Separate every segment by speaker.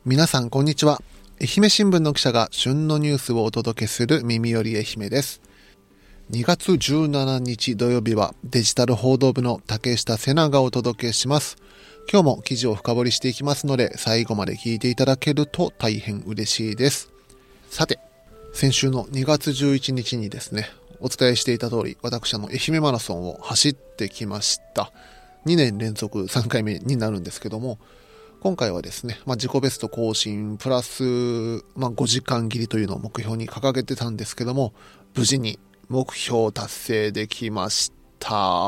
Speaker 1: 皆さんこんにちは。愛媛新聞の記者が旬のニュースをお届けする耳より愛媛です。2月17日土曜日はデジタル報道部の竹下瀬名がお届けします。今日も記事を深掘りしていきますので、最後まで聞いていただけると大変嬉しいです。さて、先週の2月11日にですね、お伝えしていた通り、私愛媛マラソンを走ってきました。2年連続3回目になるんですけども、今回はですね、自己ベスト更新プラス、5時間切りというのを目標に掲げてたんですけども、無事に目標達成できました。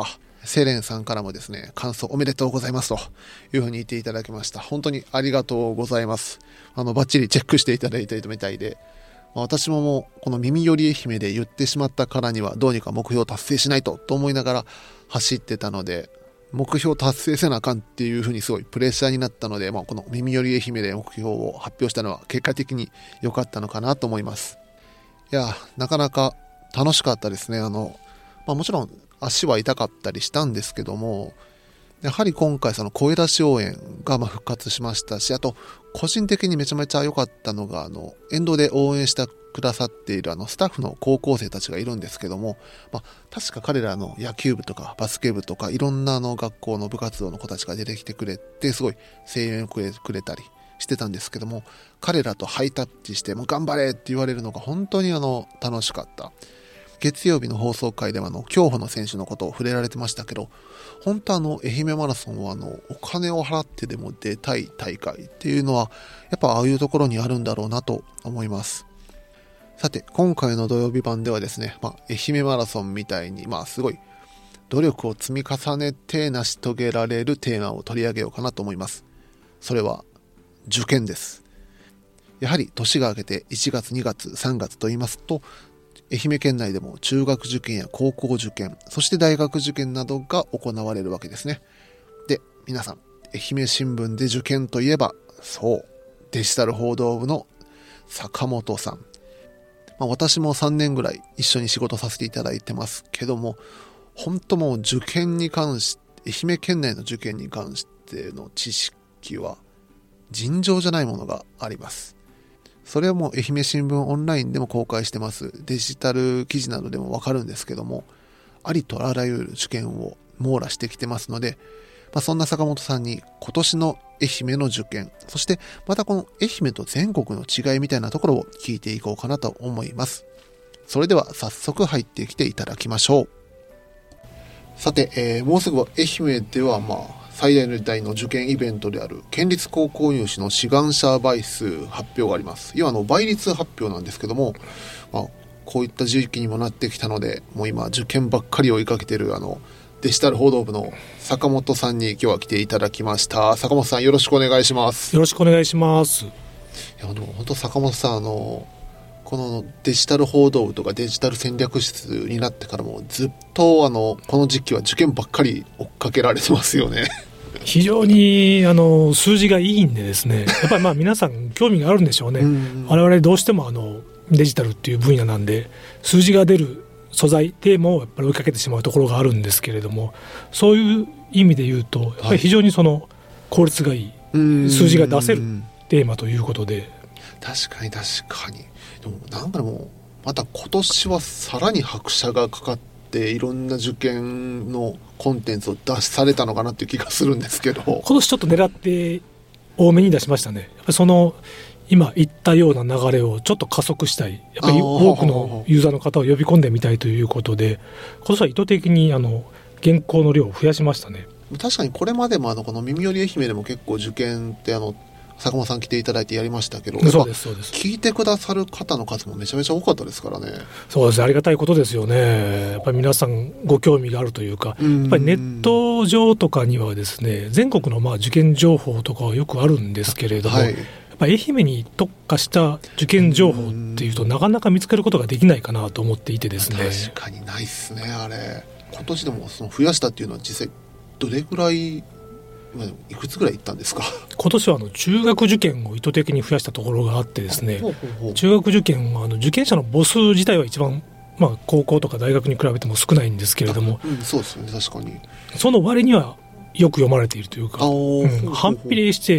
Speaker 1: セレンさんからもですね、感想おめでとうございますというふうに言っていただきました。本当にありがとうございます。バッチリチェックしていただいていたみたいで、私ももうこの耳より愛媛で言ってしまったからにはどうにか目標達成しないと思いながら走ってたので、目標達成せなあかんっていう風にすごいプレッシャーになったので、この耳より愛媛で目標を発表したのは結果的に良かったのかなと思います。いや、なかなか楽しかったですね。もちろん足は痛かったりしたんですけども、やはり今回その声出し応援が復活しましたし、あと個人的にめちゃめちゃ良かったのが沿道で応援してくださっているスタッフの高校生たちがいるんですけども、確か彼らの野球部とかバスケ部とかいろんな学校の部活動の子たちが出てきてくれて、すごい声援をくれたりしてたんですけども、彼らとハイタッチしてもう頑張れって言われるのが本当に楽しかった。月曜日の放送回では競歩の選手のことを触れられてましたけど、本当愛媛マラソンはお金を払ってでも出たい大会っていうのはやっぱああいうところにあるんだろうなと思います。さて、今回の土曜日版ではですね、愛媛マラソンみたいにすごい努力を積み重ねて成し遂げられるテーマを取り上げようかなと思います。それは受験です。やはり年が明けて1月2月3月と言いますと、愛媛県内でも中学受験や高校受験、そして大学受験などが行われるわけですね。で、皆さん、愛媛新聞で受験といえば、そう、デジタル報道部の坂本さん。私も3年ぐらい一緒に仕事させていただいてますけども、本当もう受験に関して、愛媛県内の受験に関しての知識は尋常じゃないものがあります。それはもう愛媛新聞オンラインでも公開してます。デジタル記事などでもわかるんですけども、ありとあらゆる受験を網羅してきてますので、そんな坂本さんに今年の愛媛の受験、そしてまたこの愛媛と全国の違いみたいなところを聞いていこうかなと思います。それでは早速入ってきていただきましょう。さて、もうすぐ愛媛では最大の受験イベントである県立高校入試の志願者倍数発表があります。今倍率発表なんですけども、こういった時期にもなってきたので、もう今受験ばっかり追いかけているデジタル報道部の坂本さんに今日は来ていただきました。坂本さん、よろしくお願いします。
Speaker 2: よろしくお願いします。
Speaker 1: 本当坂本さんこのデジタル報道部とかデジタル戦略室になってからもずっとこの時期は受験ばっかり追っかけられてますよね。
Speaker 2: 非常に数字がいいんでですね、やっぱり皆さん興味があるんでしょうね。我々どうしてもデジタルっていう分野なんで、数字が出る素材でもやっぱり追いかけてしまうところがあるんですけれども、そういう意味で言うとやっぱり非常に効率がいい、数字が出せるテーマということで、
Speaker 1: 確かにでももうまた今年はさらに拍車がかかっていろんな受験のコンテンツを出されたのかなっていう気がするんですけど、
Speaker 2: 今年ちょっと狙って多めに出しましたね。やっぱり今言ったような流れをちょっと加速したい、やっぱり多くのユーザーの方を呼び込んでみたいということで、今年は意図的に原稿の量を増やしましたね。
Speaker 1: 確かにこれまでもこの耳より愛媛でも結構受験って坂本さん来ていただいてやりましたけど、
Speaker 2: そうです
Speaker 1: 聞いてくださる方の数もめちゃめちゃ多かったですからね。
Speaker 2: そうです、ありがたいことですよね。やっぱり皆さんご興味があるというか、やっぱりネット上とかにはですね、全国の受験情報とかはよくあるんですけれども、やっぱり愛媛に特化した受験情報っていうとなかなか見つけることができないかなと思っていてですね。
Speaker 1: 確かにないっすね。あれ今年でも増やしたっていうのは実際どれぐらい、いくつぐらい行ったんですか？
Speaker 2: 今年は中学受験を意図的に増やしたところがあってですね、中学受験は受験者の母数自体は一番、高校とか大学に比べても少ないんですけれども、
Speaker 1: そうですよね。確かに
Speaker 2: その割にはよく読まれているというか、反比例して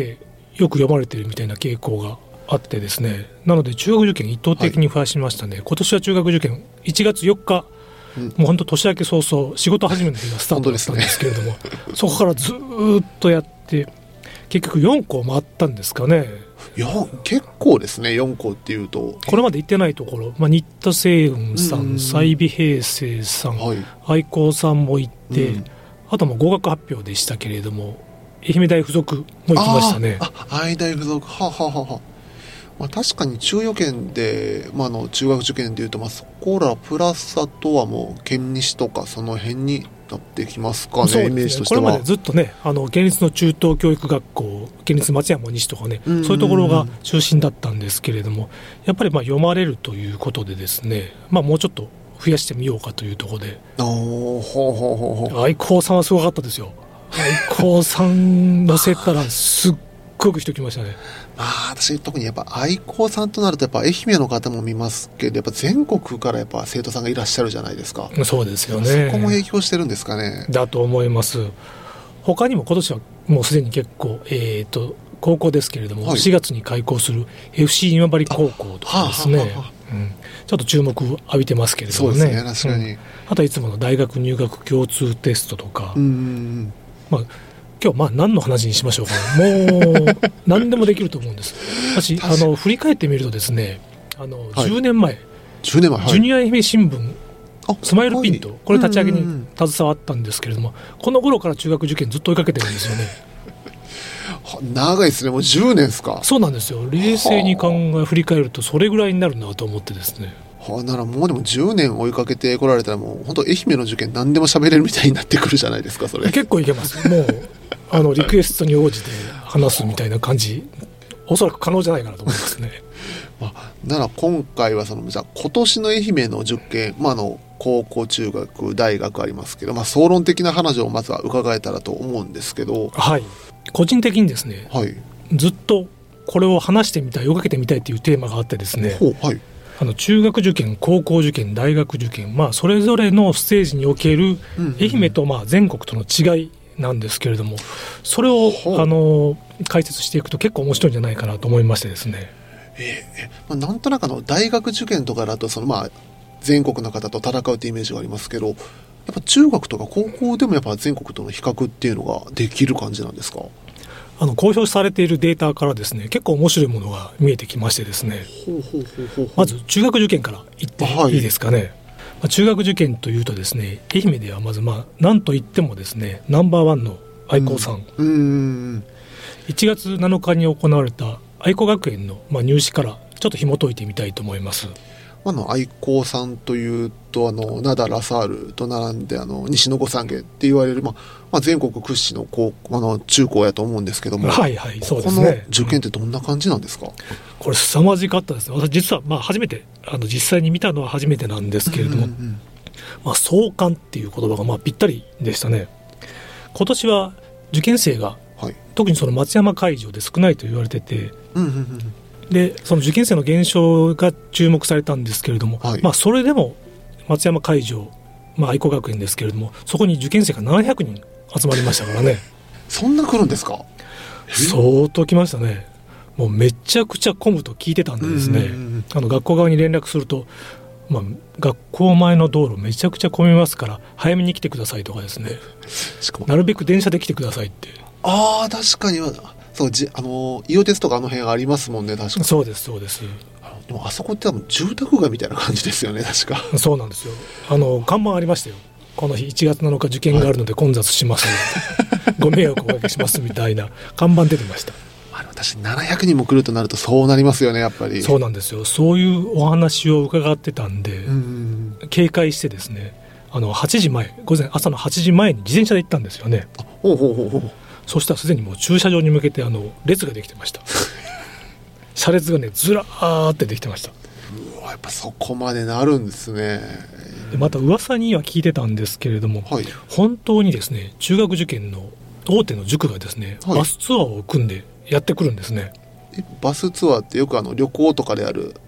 Speaker 2: よく読まれているみたいな傾向があってですね、なので中学受験一等的に増やしましたね、今年は中学受験1月4日、もう本当年明け早々仕事始めの日がスタートだったんですけれども、そこからずっとやって結局4校回ったんですかね。
Speaker 1: 結構ですね、4校っていうと
Speaker 2: これまで行ってないところ、新田星雲さん、済美平成さん、愛好さんも行って、あとも合格発表でしたけれども愛媛大附属も行きましたね。
Speaker 1: 愛大附属、確かに中予検で、中学受験でいうと、そこらプラスあとはもう県西とかその辺になってきますかね。
Speaker 2: そうですね、
Speaker 1: イメージとしては
Speaker 2: これまでずっとね、県立の中等教育学校、県立松山西とかね、そういうところが中心だったんですけれども、やっぱり読まれるということでですね、もうちょっと増やしてみようかというところで、愛好さんはすごかったですよ。愛好さん乗せたらすっごく人来ましたね。
Speaker 1: 私特にやっぱ愛好さんとなるとやっぱ愛媛の方も見ますけど、やっぱ全国からやっぱ生徒さんがいらっしゃるじゃないですか。
Speaker 2: そうですよね。
Speaker 1: そこも影響してるんですかね。
Speaker 2: だと思います。他にも今年はもうすでに結構、高校ですけれども、4月に開校する FC 今治高校とかですね、ちょっと注目を浴びてますけれどもね。
Speaker 1: そうですね、確かに。
Speaker 2: あとはいつもの大学入学共通テストとか、今日何の話にしましょうかね。もう何でもできると思うんです。私振り返ってみるとですね、10年前、ジュニア愛媛新聞スマイルピント、これ立ち上げに携わったんですけれども、この頃から中学受験ずっと追いかけてるんですよね。
Speaker 1: 長いですね、もう10年ですか。
Speaker 2: そうなんですよ。冷静に振り返るとそれぐらいになるなと思ってですね。
Speaker 1: ならもうでも10年追いかけてこられたら、もう本当愛媛の受験何でも喋れるみたいになってくるじゃないですか。それ
Speaker 2: 結構いけます。もうリクエストに応じて話すみたいな感じ、おそらく可能じゃないかなと思いますね。
Speaker 1: なら今回はじゃあ今年の愛媛の受験、高校中学大学ありますけど、総論的な話をまずは伺えたらと思うんですけど、
Speaker 2: 個人的にですね、ずっとこれを話してみたい、追いかけてみたいというテーマがあってですね、中学受験、高校受験、大学受験、それぞれのステージにおける愛媛と全国との違いなんですけれども、それを解説していくと結構面白いんじゃないかなと思いましてですね。
Speaker 1: なんとなく大学受験とかだと全国の方と戦うってイメージがありますけど、やっぱ中学とか高校でもやっぱ全国との比較っていうのができる感じなんですか？
Speaker 2: 公表されているデータからですね、結構面白いものが見えてきましてですね、まず中学受験からいっていいですかね。中学受験というとですね、愛媛ではまず何といってもですね、ナンバーワンの愛好さん、1月7日に行われた愛好学園の入試からちょっと紐解いてみたいと思います。
Speaker 1: 愛好さんというと灘ラサールと並んで西の御三家って言われる、全国屈指の中高やと思うんですけども、
Speaker 2: そうですね。
Speaker 1: この受験ってどんな感じなんですか？
Speaker 2: これ凄まじかったですね。私実は初めて実際に見たのは初めてなんですけれども、壮観っていう言葉がぴったりでしたね。今年は受験生が、特にその松山会場で少ないと言われてて、でその受験生の減少が注目されたんですけれども、それでも松山会場、愛好学園ですけれども、そこに受験生が700人集まりましたからね。
Speaker 1: そんな来るんですか？
Speaker 2: 相当来ましたね。もうめちゃくちゃ混むと聞いてたんでですね、学校側に連絡すると、学校前の道路めちゃくちゃ混みますから早めに来てくださいとかですね、なるべく電車で来てくださいって。
Speaker 1: 確かに伊予鉄とか辺ありますもんね。確かに
Speaker 2: そうです。
Speaker 1: でもあそこって多分住宅街みたいな感じですよね。確か
Speaker 2: そうなんですよ。看板ありましたよ。この日1月7日受験があるので混雑します、ご迷惑をおかけしますみたいな看板出てました。
Speaker 1: 私700人も来るとなるとそうなりますよね、やっぱり。
Speaker 2: そうなんですよ。そういうお話を伺ってたんで、警戒してですね、8時前、朝の8時前に自転車で行ったんですよね。そしたらすでにもう駐車場に向けて列ができてました。車列がねずらーってできてました。
Speaker 1: やっぱそこまでなるんですね。
Speaker 2: でまた噂には聞いてたんですけれども、本当にですね、中学受験の大手の塾がですね、バスツアーを組んでやってくるんですね。
Speaker 1: バスツアーってよく旅行とかである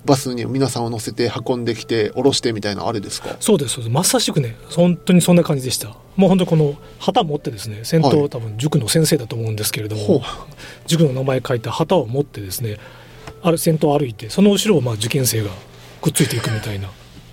Speaker 1: バスに皆さんを乗せて運んできて降ろしてみたいなあれですか？
Speaker 2: そうです、そうです。まさしくね、本当にそんな感じでした。もう本当この旗を持ってですね、先頭、多分塾の先生だと思うんですけれども、塾の名前書いた旗を持ってですね、先頭を歩いて、その後ろを受験生がくっついていくみたいな。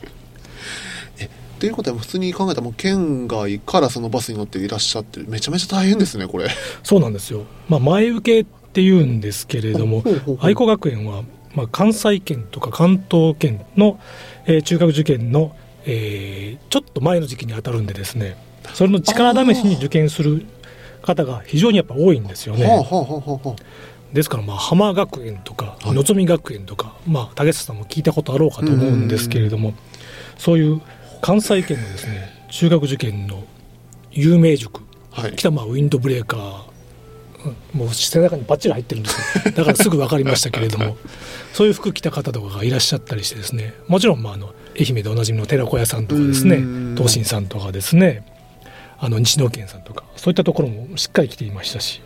Speaker 1: っていうことは普通に考えたらもう県外からそのバスに乗っていらっしゃってる、めちゃめちゃ大変ですねこれ。
Speaker 2: そうなんですよ。前受けっていうんですけれども、愛子学園は関西圏とか関東圏の、中学受験の、ちょっと前の時期に当たるんでですね、それの力試しに受験する方が非常にやっぱ多いんですよね。ですから浜学園とかのぞみ学園とか、竹下さんも聞いたことあろうかと思うんですけれども、そういう関西圏のですね中学受験の有名塾、北ウィンドブレーカー、もう背中にバッチリ入ってるんですよ。だからすぐ分かりましたけれどもそういう服着た方とかがいらっしゃったりしてですね、もちろん愛媛でおなじみの寺子屋さんとかですね、東進さんとかですね、西野県さんとか、そういったところもしっかり来ていましたし。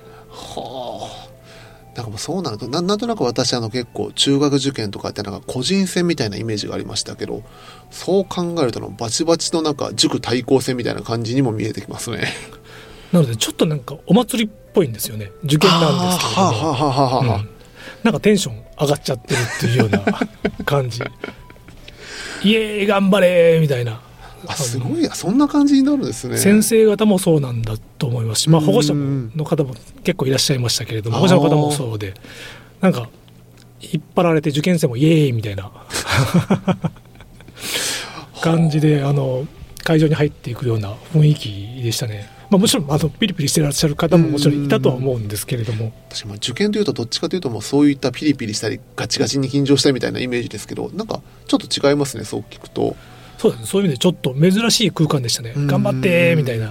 Speaker 1: なんかもうそうなるとなんとなく私結構中学受験とかって個人戦みたいなイメージがありましたけど、そう考えるとバチバチの塾対抗戦みたいな感じにも見えてきますね。
Speaker 2: なのでちょっとお祭りっぽいんですよね。受験なんですけれども、なんかテンション上がっちゃってるっていうような感じ。イエーイ頑張れみたいな。
Speaker 1: すごい、そんな感じになるんですね。
Speaker 2: 先生方もそうなんだと思いますし、保護者の方も結構いらっしゃいましたけれども、保護者の方もそうで、なんか引っ張られて受験生もイエーイみたいな感じで会場に入っていくような雰囲気でしたね。もちろんピリピリしてらっしゃる方ももちろんいたとは思うんですけれども、
Speaker 1: 確かに受験というとどっちかというともうそういったピリピリしたりガチガチに緊張したりみたいなイメージですけど、なんかちょっと違いますね、そう聞くと。
Speaker 2: そうですね、そういう意味でちょっと珍しい空間でしたね。頑張ってみたいな、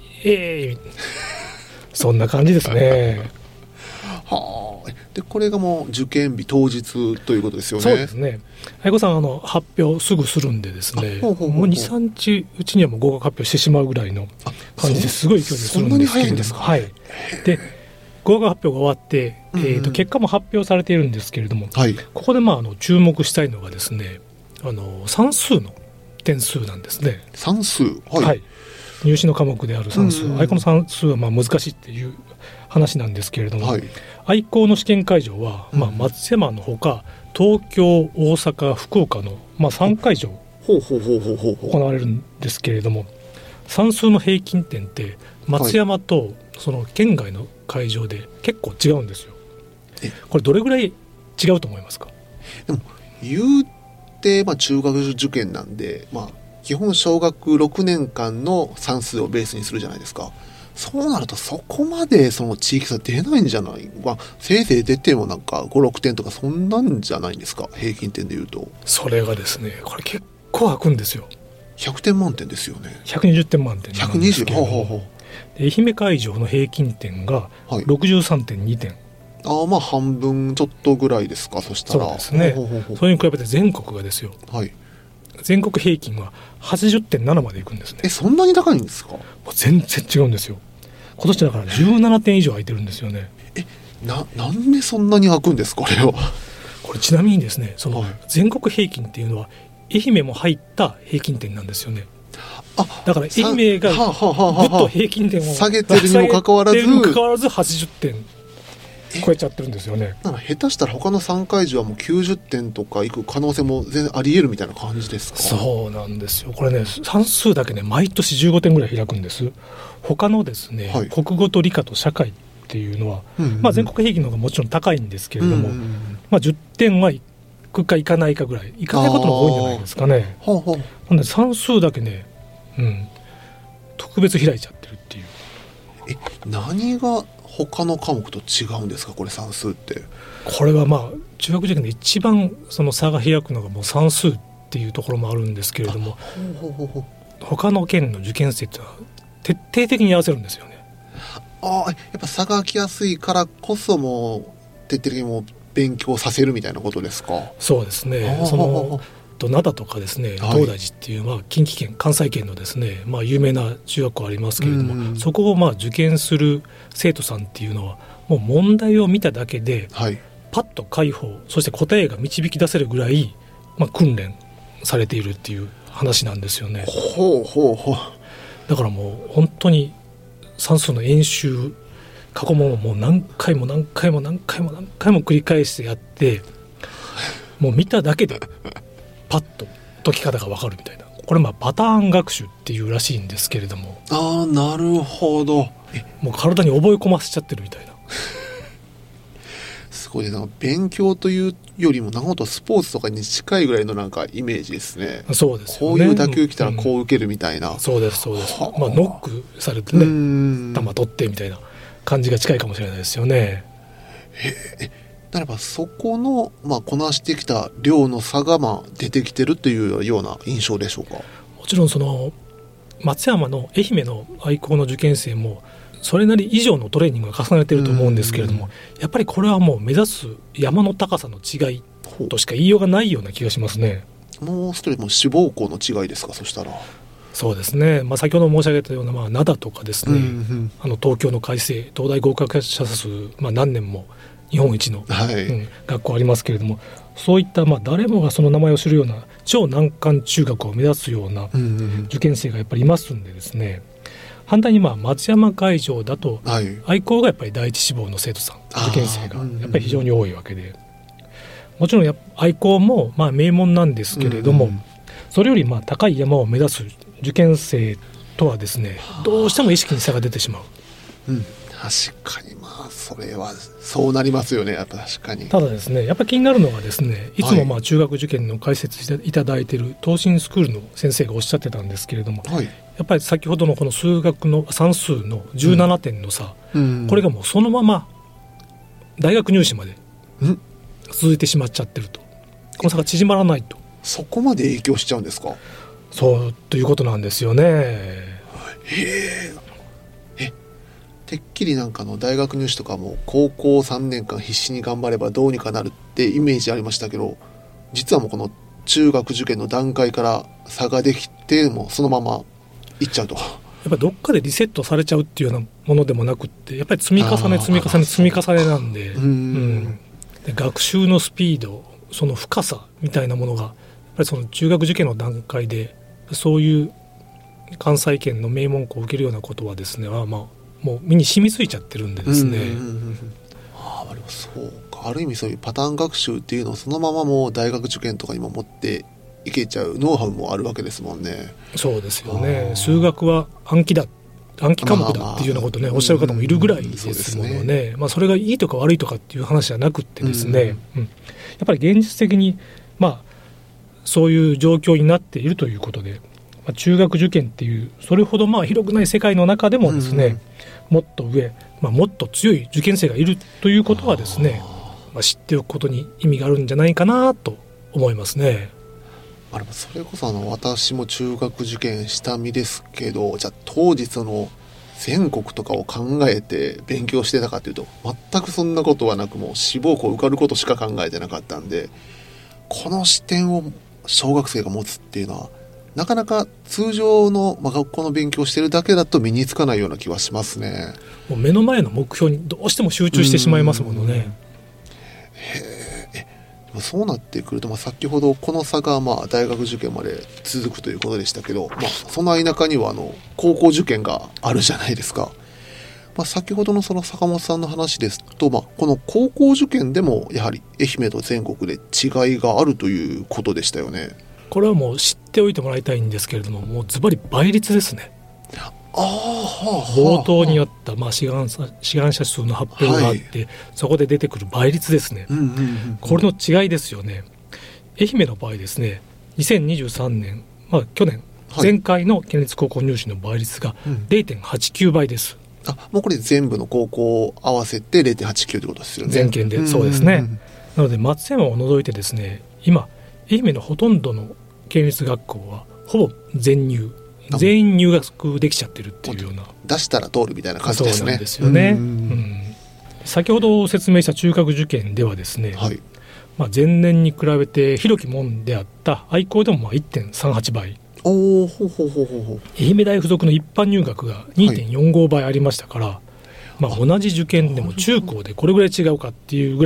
Speaker 2: そんな感じですね。
Speaker 1: でこれがもう受験日当日ということですよね。
Speaker 2: そうですね。愛子さん発表すぐするんでですね、もう 2,3 日うちにはもう合格発表してしまうぐらいの感じですごい勢いでするんですけれども、そんなに早いんですか？はい。で合格発表が終わって、結果も発表されているんですけれども、ここで注目したいのがですね、算数の点数なんですね。
Speaker 1: 算数、
Speaker 2: 入試の科目である算数、愛子の算数は難しいっていう話なんですけれども、愛子の試験会場は、松山のほか東京、大阪、福岡の、3会場行われるんですけれども、算数の平均点って松山とその県外の会場で結構違うんですよ。これどれぐらい違うと思いますか？
Speaker 1: でも言うて、中学受験なんで、基本小学6年間の算数をベースにするじゃないですか。そうなるとそこまでその地域差出ないんじゃない、せいぜい出ても5、6点とかそんなんじゃないんですか、平均点でいうと。
Speaker 2: それがですね、これ結構開くんですよ。
Speaker 1: 100点満点ですよね。
Speaker 2: 120点満点なんですけども、愛媛会場の平均点が 63.2 点、
Speaker 1: 半分ちょっとぐらいですか。そしたら
Speaker 2: そうですね。それに比べて全国がですよ、全国平均は 80.7 までいくんですね。
Speaker 1: そんなに高いんですか？
Speaker 2: もう全然違うんですよ。今年だから17点以上空いてるんですよね。
Speaker 1: なんでそんなに空くんですか？
Speaker 2: これちなみにですね、その全国平均っていうのは愛媛も入った平均点なんですよね。だから愛媛がぐっと平均点を
Speaker 1: 下げてるにもかかわらず
Speaker 2: 80点超えちゃってるんですよね。
Speaker 1: だから下手したら他の3会場はもう90点とかいく可能性も全然あり得るみたいな感じですか？そうなんですよ。これね、算数だけね毎年15点ぐらい開くんです。他のですね、国語と理科と社会っていうのは、全国平均の方がもちろん高いんですけれども、10点はいくかいかないかぐらい、いかないことの方が多いんじゃないですかね。なので算数だけね、特別開いちゃってるっていう。 何が他の科目と違うんですか、これ算数って。
Speaker 2: これは中学受験で一番その差が開くのがもう算数っていうところもあるんですけれども、他の県の受験生って徹底的に合わせるんですよね。
Speaker 1: やっぱ差が開きやすいからこそもう徹底的にもう勉強させるみたいなことですか？そうですね。その灘とかですね、東大寺っていう近畿圏関西圏のですね、有名な中学校ありますけれども、そこを受験する生徒さんっていうのはもう問題を見ただけで、
Speaker 2: パッと解放、そして答えが導き出せるぐらい、訓練されているっていう話なんですよね。
Speaker 1: ほうほうほう。
Speaker 2: だからもう本当に算数の演習過去問をもう何回も繰り返してやって、もう見ただけでパッと解き方が分かるみたいな、これパターン学習っていうらしいんですけれども、
Speaker 1: ああ、なるほど。
Speaker 2: もう体に覚え込ませちゃってるみたいな。
Speaker 1: すごいね。勉強というよりもなんかスポーツとかに近いぐらいのなんかイメージですね。
Speaker 2: そうですよね。
Speaker 1: こういう打球来たらこう受けるみたいな、
Speaker 2: そうですそうです。ノックされてね、球取ってみたいな感じが近いかもしれないですよね。
Speaker 1: ならばそこの、こなしてきた量の差が出てきてるというような印象でしょうか。
Speaker 2: もちろんその松山の愛媛の愛工の受験生もそれなり以上のトレーニングが重ねていると思うんですけれども、やっぱりこれはもう目指す山の高さの違いとしか言いようがないような気がしますね。
Speaker 1: もうそれも志望校の違いですか。そしたら
Speaker 2: そうですね、先ほど申し上げたような灘とかですね、東京の開成東大合格者数、何年も日本一の、学校ありますけれども、そういった誰もがその名前を知るような超難関中学を目指すような受験生がやっぱりいますんでですね、反対に松山会場だと愛工がやっぱり第一志望の生徒さん、受験生がやっぱり非常に多いわけで、もちろん愛工も名門なんですけれども、それより高い山を目指す受験生とはですね、どうしても意識に差が出てしまう。
Speaker 1: 確かにそれはそうなりますよね。やっぱ確かに。
Speaker 2: ただですね、やっぱり気になるのがですね、いつも中学受験の解説していただいている東進スクールの先生がおっしゃってたんですけれども、やっぱり先ほどのこの数学の算数の17点の差、これがもうそのまま大学入試まで続いてしまっちゃってると、この差が縮まらないと。
Speaker 1: そこまで影響しちゃうんですか。
Speaker 2: そうということなんですよね。
Speaker 1: てっきりなんか大学入試とかも高校3年間必死に頑張ればどうにかなるってイメージありましたけど、実はもうこの中学受験の段階から差ができてもそのままいっちゃうと、やっ
Speaker 2: ぱりどっかでリセットされちゃうっていうようなものでもなくって、やっぱり積み重ねなんで、で学習のスピード、その深さみたいなものがやっぱりその中学受験の段階でそういう関西圏の名門校を受けるようなことはですね、もう身に染みついちゃってるんでですね。
Speaker 1: そうか。ある意味そういうパターン学習っていうのをそのままもう大学受験とかにも持っていけちゃうノウハウもあるわけですもんね。
Speaker 2: そうですよね。数学は暗記科目だっていうようなことね、おっしゃる方もいるぐらいですものね。それがいいとか悪いとかっていう話じゃなくってですね、やっぱり現実的にそういう状況になっているということで、中学受験っていうそれほど広くない世界の中でもですね、もっと上、もっと強い受験生がいるということはですね、知っておくことに意味があるんじゃないかなと思いますね。
Speaker 1: それこそ私も中学受験した身ですけど、じゃあ当時その全国とかを考えて勉強してたかというと全くそんなことはなく、もう志望校受かることしか考えてなかったんで、この視点を小学生が持つっていうのはなかなか通常の、学校の勉強してるだけだと身につかないような気はしますね。
Speaker 2: もう目の前の目標にどうしても集中してしまいますものね。
Speaker 1: そうなってくると、先ほどこの差が大学受験まで続くということでしたけど、その間には高校受験があるじゃないですか。先ほどのその坂本さんの話ですと、この高校受験でもやはり愛媛と全国で違いがあるということでしたよね。
Speaker 2: これはもう知っておいてもらいたいんですけれども、もうズバリ倍率ですね。冒頭にあった志願者数の発表があって、そこで出てくる倍率ですね、これの違いですよね。愛媛の場合ですね、2023年、去年、前回の県立高校入試の倍率が 0.89 倍です。
Speaker 1: もうこれ全部の高校を合わせて 0.89 ということですよね。
Speaker 2: 全県でそうですね。なので松山を除いてですね、今愛媛のほとんどの県立学校はほぼ全員入学できちゃってるっていうような、
Speaker 1: 出したら通るみたいな感じですね。
Speaker 2: そうなんですよね。先ほど説明した中学受験ではですね、前年に比べて広き門であった愛工でも 1.38 倍、愛媛大附属の一般入学が 2.45 倍ありましたから、同じ受験でも中高でこれぐらい違うかっていうぐらい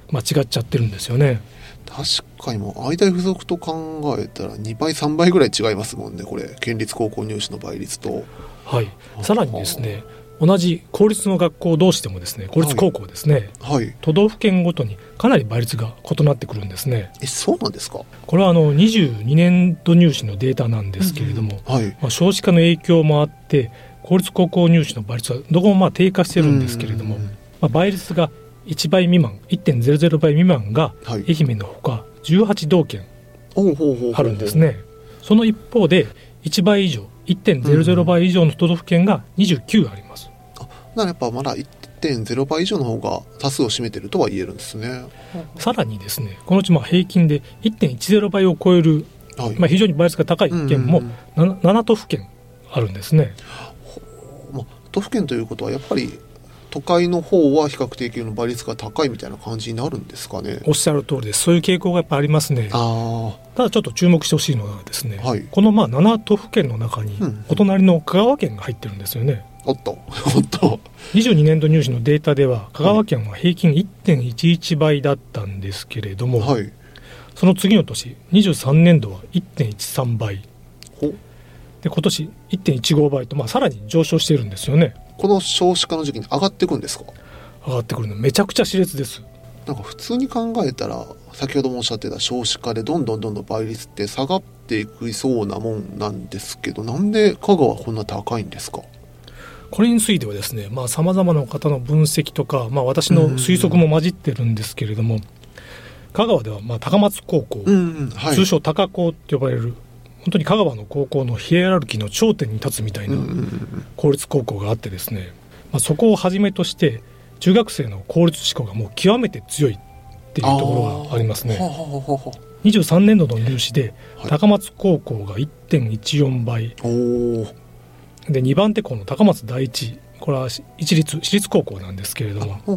Speaker 2: 間違っちゃってるんですよね。
Speaker 1: 確かにもう愛大附属と考えたら2倍3倍ぐらい違いますもんね、これ県立高校入試の倍率と。
Speaker 2: はい、さらにですね、同じ公立の学校同士でもですね、公立高校ですね、
Speaker 1: はい、
Speaker 2: 都道府県ごとにかなり倍率が異なってくるんですね。
Speaker 1: そうなんですか。
Speaker 2: これは22年度入試のデータなんですけれども、
Speaker 1: はい、
Speaker 2: 少子化の影響もあって公立高校入試の倍率はどこも低下してるんですけれども、倍率が1倍未満 1.00 倍未満が愛媛のほか18道県あるんですね。その一方で1倍以上 1.00 倍以上の都道府県が29あります。
Speaker 1: だからやっぱまだ 1.0 倍以上の方が多数を占めているとは言えるんですね。
Speaker 2: さらにですね、このうち平均で 1.10 倍を超える、非常に倍率が高い県も 7都府県あるんですね。
Speaker 1: 都府県ということはやっぱり都会の方は比較的の倍率が高いみたいな感じになるんですかね。
Speaker 2: おっしゃる通りです。そういう傾向がやっぱありますね。ただちょっと注目してほしいのはですね、この7都府県の中にお隣の香川県が入ってるんですよね。22年度入試のデータでは香川県は平均 1.11 倍だったんですけれども、その次の年23年度は 1.13 倍で今年 1.15 倍と、さらに上昇しているんですよね。
Speaker 1: この少子化の時期に上がっていくんですか。
Speaker 2: 上がってくるのめちゃくちゃ熾烈です。
Speaker 1: なんか普通に考えたら先ほどもおっしゃってた少子化でどんどん倍率って下がっていくそうなもんなんですけど、なんで香川はこんな高いんですか。
Speaker 2: これについてはですね、さまざまな方の分析とか、私の推測も混じってるんですけれども、香川では高松高校、通称高高って呼ばれる本当に香川の高校のヒエラルキーの頂点に立つみたいな公立高校があってですね、そこをはじめとして中学生の公立志向がもう極めて強いっていうところがありますね。23年度の入試で高松高校が 1.14 倍で、2番手校の高松第一、これは私立高校なんですけれども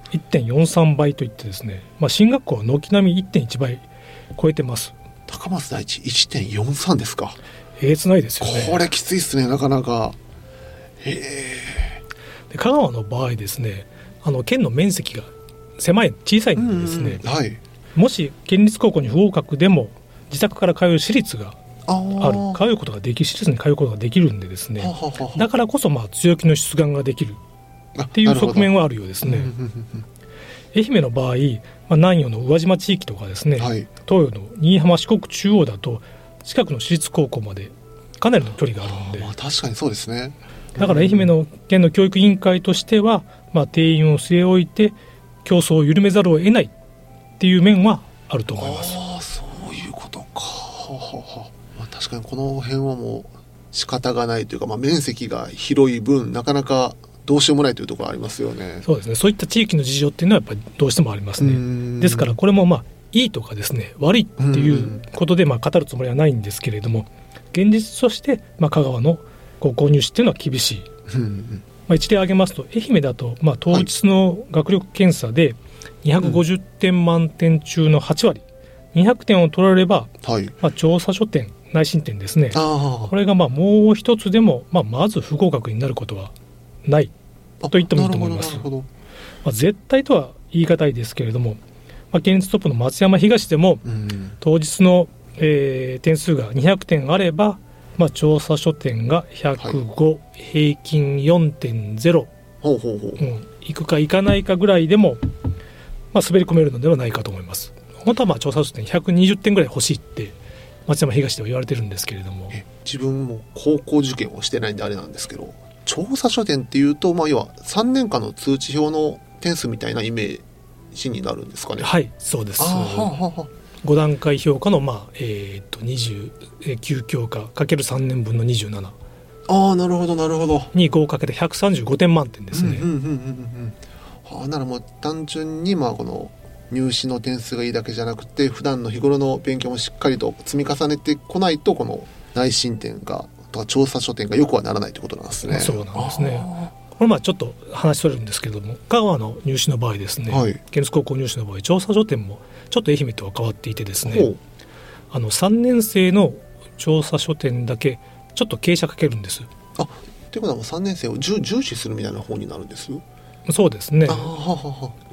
Speaker 2: 1.43 倍といってですね、進学校は軒並み 1.1 倍超えてます。
Speaker 1: 高松第一 1.43 ですか。
Speaker 2: えげつないですよね。
Speaker 1: これきついですね、なかなか。
Speaker 2: で香川の場合ですね、県の面積が狭い小さいんでですね、もし県立高校に不合格でも自宅から通う私立がある、私立に通うことができるんでですね、だからこそ強気の出願ができるっていう側面はあるようですね。愛媛の場合、南予の宇和島地域とかですね、東予の新居浜四国中央だと近くの私立高校までかなりの距離があるので、
Speaker 1: 確かにそうですね。
Speaker 2: だから愛媛の県の教育委員会としては、定員を据え置いて競争を緩めざるを得ないっていう面はあると思います。
Speaker 1: そういうことか。確かにこの辺はもう仕方がないというか、面積が広い分なかなかどうしようもないというところありますよね。
Speaker 2: そうですね。そういった地域の事情っていうのはやっぱりどうしてもありますね。ですからこれもいいとかですね、悪いっていうことで語るつもりはないんですけれども、現実として香川の高校入試っていうのは厳しい。一例挙げますと愛媛だと当日の学力検査で250点満点中の8割200点を取られれば、調査書点内申点ですね、これがもう一つでもまず不合格になることはないと言ってもいいと思います。絶対とは言い難いですけれども、県立トップの松山東でも、当日の、点数が200点あれば、調査書点が105、平均 4.0、いくかいかないかぐらいでも、滑り込めるのではないかと思います。本当は調査書点120点ぐらい欲しいって松山東では言われてるんですけれども、
Speaker 1: 自分も高校受験をしてないんであれなんですけど、調査書点っていうと、要は3年間の通知表の点数みたいなイメージになるんですかね。
Speaker 2: はい、そうです。5段階評価の、29教科かける3年分の27。
Speaker 1: なるほどなるほど。
Speaker 2: に合格で135点満点ですね。
Speaker 1: ならもう単純にこの入試の点数がいいだけじゃなくて、普段の日頃の勉強もしっかりと積み重ねてこないと、この内申点がとか調査書点がよくはならないということなんですね。
Speaker 2: そうなんですね。これちょっと話それるんですけれども、香川の入試の場合ですね、県立高校入試の場合調査書点もちょっと愛媛とは変わっていてですね、3年生の調査書点だけちょっと傾斜かけるんです。と
Speaker 1: いうことは3年生を重視するみたいな方になるんです。
Speaker 2: そうですね。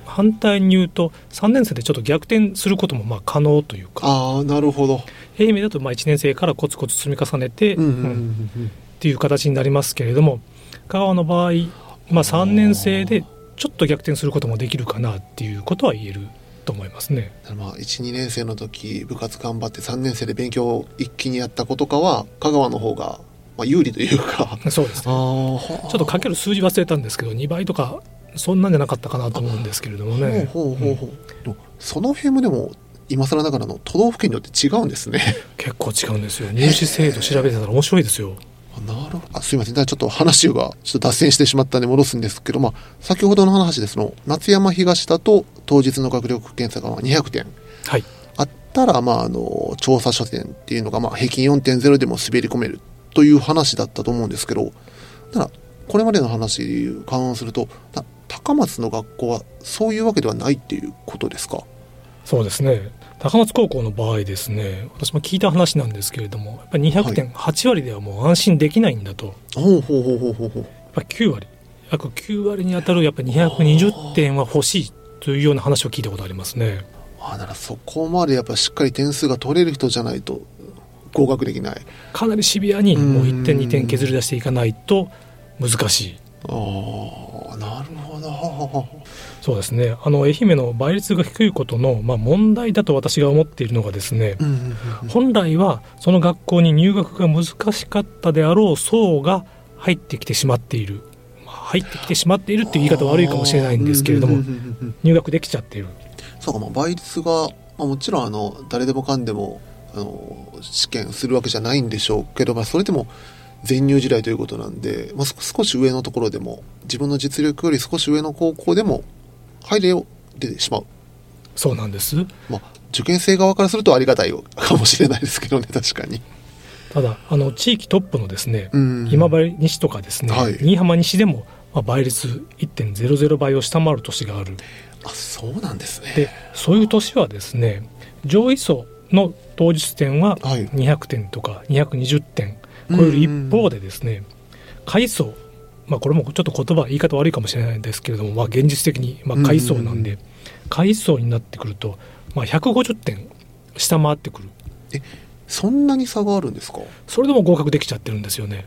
Speaker 2: 反対に言うと3年生でちょっと逆転することもまあ可能というか。
Speaker 1: ああ、なるほど。
Speaker 2: 愛媛だとまあ1年生からコツコツ積み重ねてっていう形になりますけれども、香川の場合、まあ、3年生でちょっと逆転することもできるかなっていうことは言えると思いますね。
Speaker 1: まあ、1、2年生の時部活頑張って3年生で勉強を一気にやった子とかは香川の方がまあ有利というか。
Speaker 2: そうですね。ちょっとかける数字忘れたんですけど2倍とかそんなんじゃなかったかなと思うんですけれどもね。
Speaker 1: その辺もでも今更ながらの都道府県によって違うんですね。
Speaker 2: 結構違うんですよ。入試制度調べてたら面白いですよ。
Speaker 1: なるほど。すいません、ちょっと話がちょっと脱線してしまったんで戻すんですけど、まあ、先ほどの話ですの夏山東だと当日の学力検査が200点、
Speaker 2: はい、
Speaker 1: あったら、まあ、調査書点っていうのがまあ平均 4.0 でも滑り込めるという話だったと思うんですけど、ただこれまでの話で勘案すると高松の学校はそういうわけではないっていうことですか？
Speaker 2: そうですね。高松高校の場合ですね、私も聞いた話なんですけれども、やっぱり200点、8割ではもう安心できないんだと。やっぱり9割、約9割に当たるやっぱり220点は欲しいというような話を聞いたことありますね。
Speaker 1: だからそこまでやっぱりしっかり点数が取れる人じゃないと合格できない。
Speaker 2: かなりシビアにもう1点2点削り出していかないと難しい。
Speaker 1: なるほど。
Speaker 2: そうですね。愛媛の倍率が低いことの、まあ、問題だと私が思っているのがですね、本来はその学校に入学が難しかったであろう層が入ってきてしまっている、入ってきてしまっているっていう言い方は悪いかもしれないんですけれども、入学できちゃっている。
Speaker 1: そうか、倍率が、もちろん誰でもかんでも試験するわけじゃないんでしょうけど、それでも全入時代ということなんで、少し上のところでも自分の実力より少し上の高校でも入れてしまう。
Speaker 2: そうなんです。
Speaker 1: 受験生側からするとありがたいかもしれないですけどね、確かに。
Speaker 2: ただ地域トップのですね、今治西とかですね、新居浜西でも、倍率 1.00 倍を下回る年がある。
Speaker 1: そうなんですね。
Speaker 2: でそういう年はですね、上位層の当日点は200点とか220点超える一方でですね、下位層、これもちょっと言い方悪いかもしれないんですけれども、現実的に下位層なんで、下位層になってくると、150点下回ってくる。
Speaker 1: そんなに差があるんですか？
Speaker 2: それでも合格できちゃってるんですよね。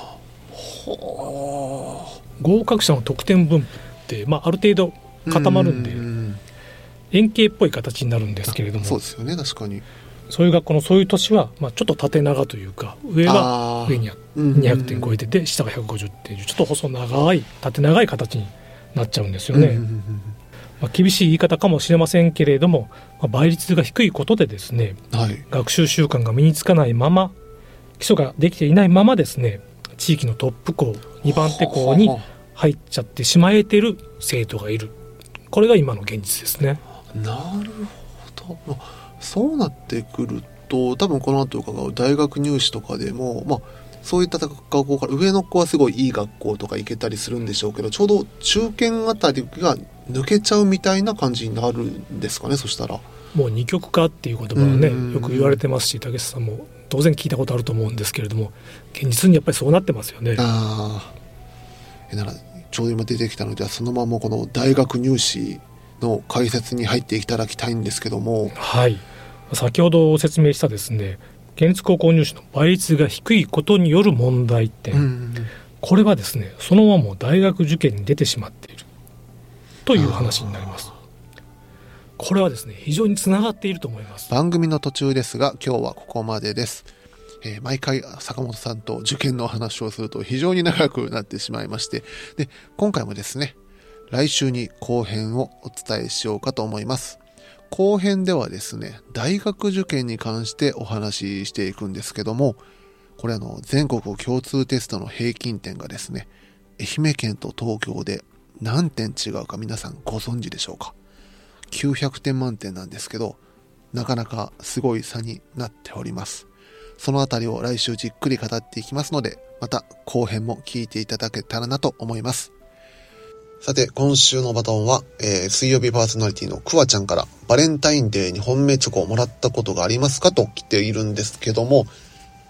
Speaker 2: 合格者の得点分布って、ある程度固まるんで円形っぽい形になるんですけれども、
Speaker 1: そうですよね、確かに。
Speaker 2: そういう学校のそういう年は、ちょっと縦長というか、上は上に200点超えてて、下が150点、ちょっと細長い縦長い形になっちゃうんですよね。厳しい言い方かもしれませんけれども、倍率が低いことでですね、学習習慣が身につかないまま、基礎ができていないままですね、地域のトップ校2番手校に入っちゃってしまえてる生徒がいる。これが今の現実ですね。
Speaker 1: なるほど。そうなってくると、多分この後伺う大学入試とかでも、そういった学校から上の子はすごいいい学校とか行けたりするんでしょうけど、ちょうど中堅あたりが抜けちゃうみたいな感じになるんですかね。そしたら
Speaker 2: もう二極化っていう言葉はね、よく言われてますし、竹下さんも当然聞いたことあると思うんですけれども、現実にやっぱりそうなってますよね。
Speaker 1: ならちょうど今出てきたので、そのままこの大学入試の解説に入っていただきたいんですけども。
Speaker 2: はい、先ほど説明したですね、県立高校入試の倍率が低いことによる問題点、これはですね、そのまま大学受験に出てしまっているという話になります。これはですね、非常につながっていると思います。
Speaker 1: 番組の途中ですが、今日はここまでです。毎回坂本さんと受験のお話をすると非常に長くなってしまいまして、で今回もですね、来週に後編をお伝えしようかと思います。後編ではですね、大学受験に関してお話ししていくんですけども、これ全国共通テストの平均点がですね、愛媛県と東京で何点違うか皆さんご存知でしょうか。900点満点なんですけど、なかなかすごい差になっております。そのあたりを来週じっくり語っていきますので、また後編も聞いていただけたらなと思います。さて、今週のバトンは、水曜日パーソナリティのくわちゃんから、バレンタインデーに本命チョコをもらったことがありますかと来ているんですけども、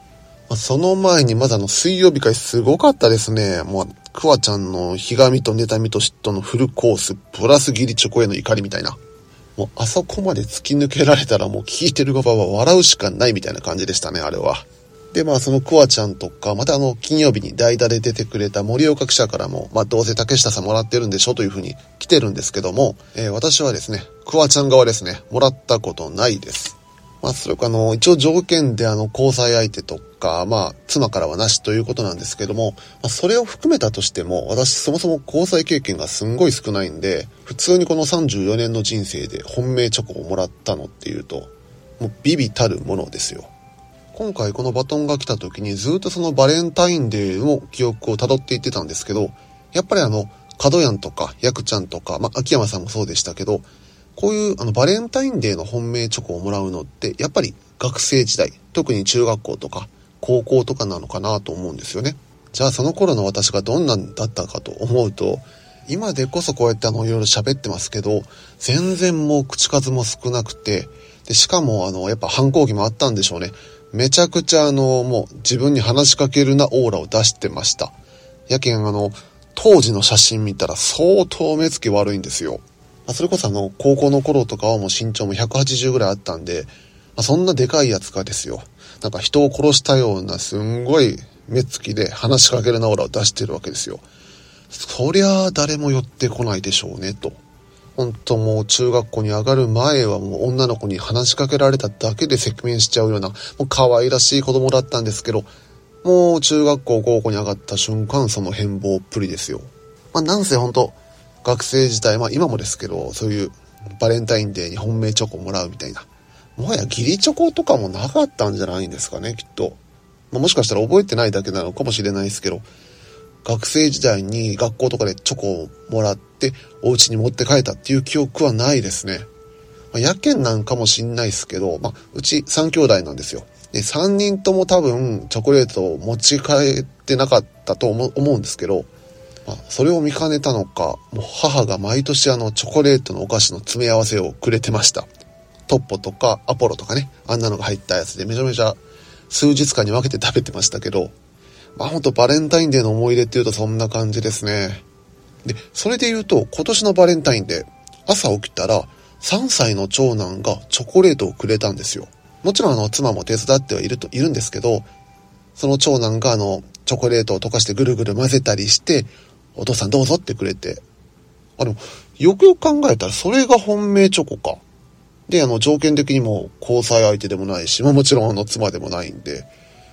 Speaker 1: その前にまず水曜日会すごかったですね。もう、クワちゃんのひがみと妬みと嫉妬のフルコース、プラス義理チョコへの怒りみたいな。もうあそこまで突き抜けられたらもう聞いてる側は笑うしかないみたいな感じでしたね、あれは。で、そのクワちゃんとか、また金曜日に代打で出てくれた森岡記者からも、どうせ竹下さんもらってるんでしょというふうに来てるんですけども、私はですね、クワちゃん側ですね、もらったことないです。それか一応条件で交際相手とか、妻からはなしということなんですけども、それを含めたとしても、私そもそも交際経験がすんごい少ないんで、普通にこの34年の人生で本命チョコをもらったのっていうと、もうビビたるものですよ。今回このバトンが来た時にずっとそのバレンタインデーの記憶を辿っていってたんですけど、やっぱり角やんとかヤクちゃんとか、秋山さんもそうでしたけど、こういうバレンタインデーの本命チョコをもらうのってやっぱり学生時代、特に中学校とか高校とかなのかなと思うんですよね。じゃあその頃の私がどんなんだったかと思うと、今でこそこうやっていろいろ喋ってますけど、全然もう口数も少なくて、でしかもやっぱ反抗期もあったんでしょうね。めちゃくちゃもう自分に話しかけるなオーラを出してました。やけん当時の写真見たら相当目つき悪いんですよ。それこそ高校の頃とかはもう身長も180ぐらいあったんで、そんなでかいやつがですよ、なんか人を殺したようなすんごい目つきで話しかけるなオーラを出してるわけですよ。そりゃあ誰も寄ってこないでしょうねと。本当もう中学校に上がる前はもう女の子に話しかけられただけで赤面しちゃうような、もう可愛らしい子供だったんですけど、もう中学校高校に上がった瞬間その変貌っぷりですよ。なんせ本当学生時代、今もですけど、そういうバレンタインデーに本命チョコもらうみたいな、もはや義理チョコとかもなかったんじゃないんですかね、きっと。もしかしたら覚えてないだけなのかもしれないですけど、学生時代に学校とかでチョコをもらってお家に持って帰ったっていう記憶はないですね。やけんなんかもしんないですけど、うち3兄弟なんですよ。で、3人とも多分チョコレートを持ち帰ってなかったと思うんですけど、それを見かねたのか、もう母が毎年チョコレートのお菓子の詰め合わせをくれてました。トッポとかアポロとかね、あんなのが入ったやつでめちゃめちゃ数日間に分けて食べてましたけど、ほんとバレンタインデーの思い出っていうとそんな感じですね。で、それで言うと今年のバレンタインデー、朝起きたら3歳の長男がチョコレートをくれたんですよ。もちろん妻も手伝ってはいるんですけど、その長男がチョコレートを溶かしてぐるぐる混ぜたりして、お父さんどうぞってくれて、よくよく考えたらそれが本命チョコか。で、条件的にも交際相手でもないし、もちろん妻でもないんで、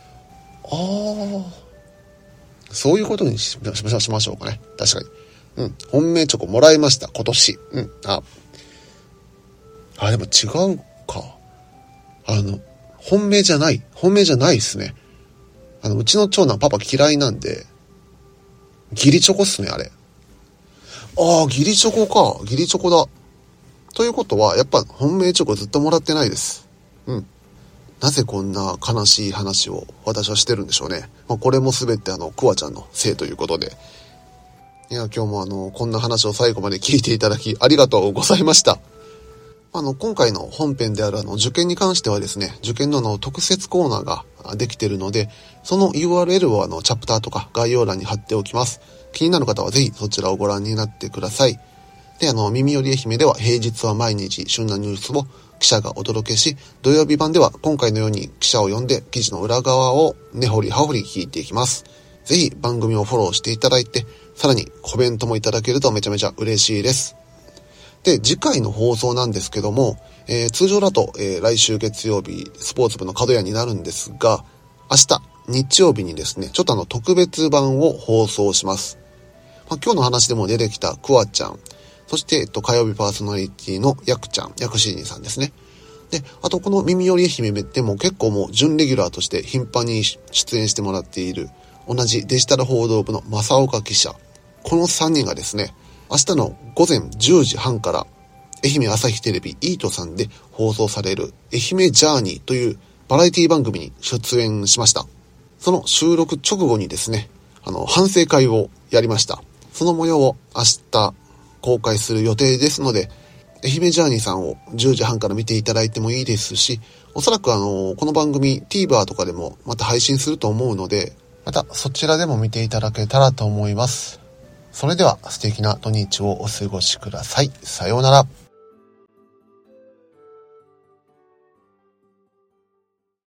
Speaker 1: そういうことにしましょうかね。確かに。本命チョコもらいました、今年。でも違うか。本命じゃないですね。うちの長男パパ嫌いなんで、義理チョコっすね、あれ。義理チョコか。義理チョコだ。ということは、やっぱ本命チョコずっともらってないです。なぜこんな悲しい話を私はしてるんでしょうね。これもすべてクワちゃんのせいということで。いや、今日もこんな話を最後まで聞いていただきありがとうございました。今回の本編である受験に関してはですね、受験の特設コーナーができているので、その URL をチャプターとか概要欄に貼っておきます。気になる方はぜひそちらをご覧になってください。で、耳より愛媛では平日は毎日旬なニュースを記者がお届けし、土曜日版では今回のように記者を呼んで記事の裏側を根掘り葉掘り聞いていきます。ぜひ番組をフォローしていただいて、さらにコメントもいただけるとめちゃめちゃ嬉しいです。で、次回の放送なんですけども、通常だと、来週月曜日スポーツ部の角屋になるんですが、明日日曜日にですね、ちょっと特別版を放送します。今日の話でも出てきたクワちゃん、そして、火曜日パーソナリティのヤクちゃん、ヤクシーニさんですね。で、あとこの耳より愛媛でも結構もう準レギュラーとして頻繁に出演してもらっている同じデジタル報道部の正岡記者。この3人がですね、明日の午前10時半から愛媛朝日テレビイートさんで放送される愛媛ジャーニーというバラエティ番組に出演しました。その収録直後にですね、反省会をやりました。その模様を明日公開する予定ですので、 愛媛ジャーニーさんを10時半から見ていただいてもいいですし、おそらくこの番組 TVer とかでもまた配信すると思うので、またそちらでも見ていただけたらと思います。それでは素敵な土日をお過ごしください。さようなら。